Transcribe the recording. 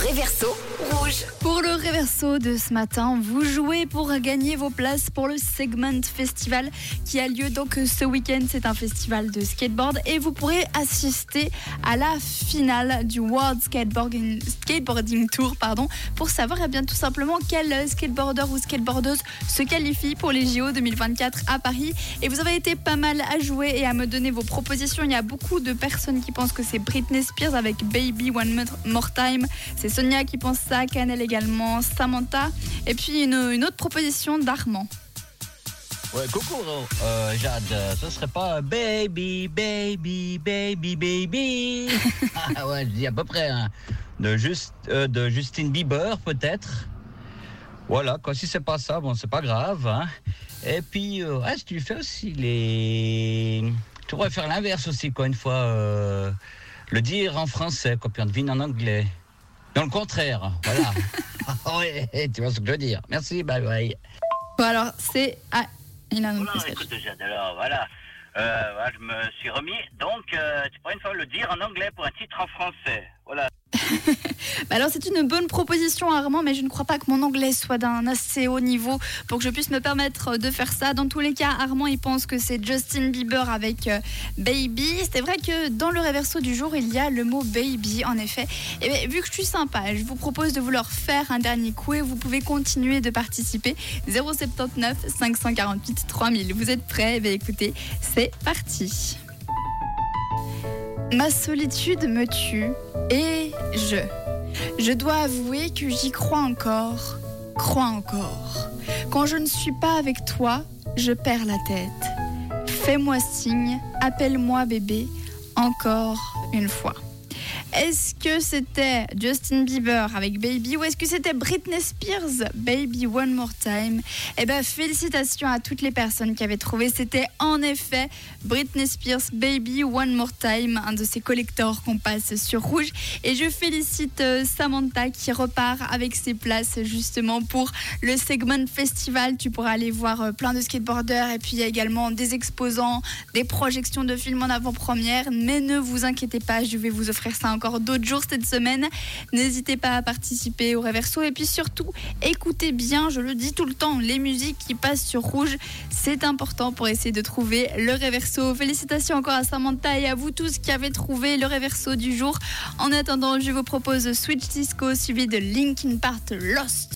Réverso rouge. Pour le Réverso de ce matin, vous jouez pour gagner vos places pour le Segment Festival qui a lieu donc ce week-end. C'est un festival de skateboard et vous pourrez assister à la finale du World Skateboarding Tour pour savoir tout simplement quel skateboarder ou skateboardeuse se qualifie pour les JO 2024 à Paris. Et vous avez été pas mal à jouer et à me donner vos propositions. Il y a beaucoup de personnes qui pensent que c'est Britney Spears avec Baby One More Time. C'est Sonia qui pense ça, Canel également, Samantha. Et puis une autre proposition d'Armand. Ouais, coucou Jade, ce serait pas Baby, Baby, Baby, Baby. Ah ouais, je dis à peu près, hein. De Justin Bieber peut-être. Voilà, quoi, si c'est pas ça, bon, c'est pas grave, hein. Et puis, si tu fais aussi tu pourrais faire l'inverse aussi, quoi, une fois, le dire en français, quoi, puis on devine en anglais. Dans le contraire, voilà. Oui, tu vois ce que je veux dire. Merci, bye bye. Bon, alors, c'est... Ah, il a un autre message. Écoute, Jade, alors, voilà. Je me suis remis. Donc, tu pourrais une fois le dire en anglais pour un titre en français. Voilà. Alors c'est une bonne proposition Armand, mais je ne crois pas que mon anglais soit d'un assez haut niveau pour que je puisse me permettre de faire ça. Dans tous les cas, Armand il pense que c'est Justin Bieber avec Baby. C'est vrai que dans le Réverso du jour il y a le mot Baby en effet. Et bien, vu que je suis sympa, je vous propose de vous leur faire un dernier coup et vous pouvez continuer de participer. 079 548 3000. Vous êtes prêts? Écoutez, c'est parti. Ma solitude me tue et je dois avouer que j'y crois encore. Quand je ne suis pas avec toi, je perds la tête. Fais-moi signe, appelle-moi bébé, encore une fois. Est-ce que c'était Justin Bieber avec Baby ou est-ce que c'était Britney Spears, Baby One More Time? Eh bien, félicitations à toutes les personnes qui avaient trouvé. C'était en effet Britney Spears, Baby One More Time, un de ces collectors qu'on passe sur Rouge. Et je félicite Samantha qui repart avec ses places justement pour le Segment Festival. Tu pourras aller voir plein de skateboarders et puis il y a également des exposants, des projections de films en avant-première. Mais ne vous inquiétez pas, je vais vous offrir ça encore d'autres jours cette semaine. N'hésitez pas à participer au Réverso et puis surtout écoutez bien, je le dis tout le temps, les musiques qui passent sur Rouge, c'est important pour essayer de trouver le Réverso. Félicitations encore à Samantha et à vous tous qui avez trouvé le Réverso du jour. En attendant, je vous propose Switch Disco suivi de Linkin Park Lost.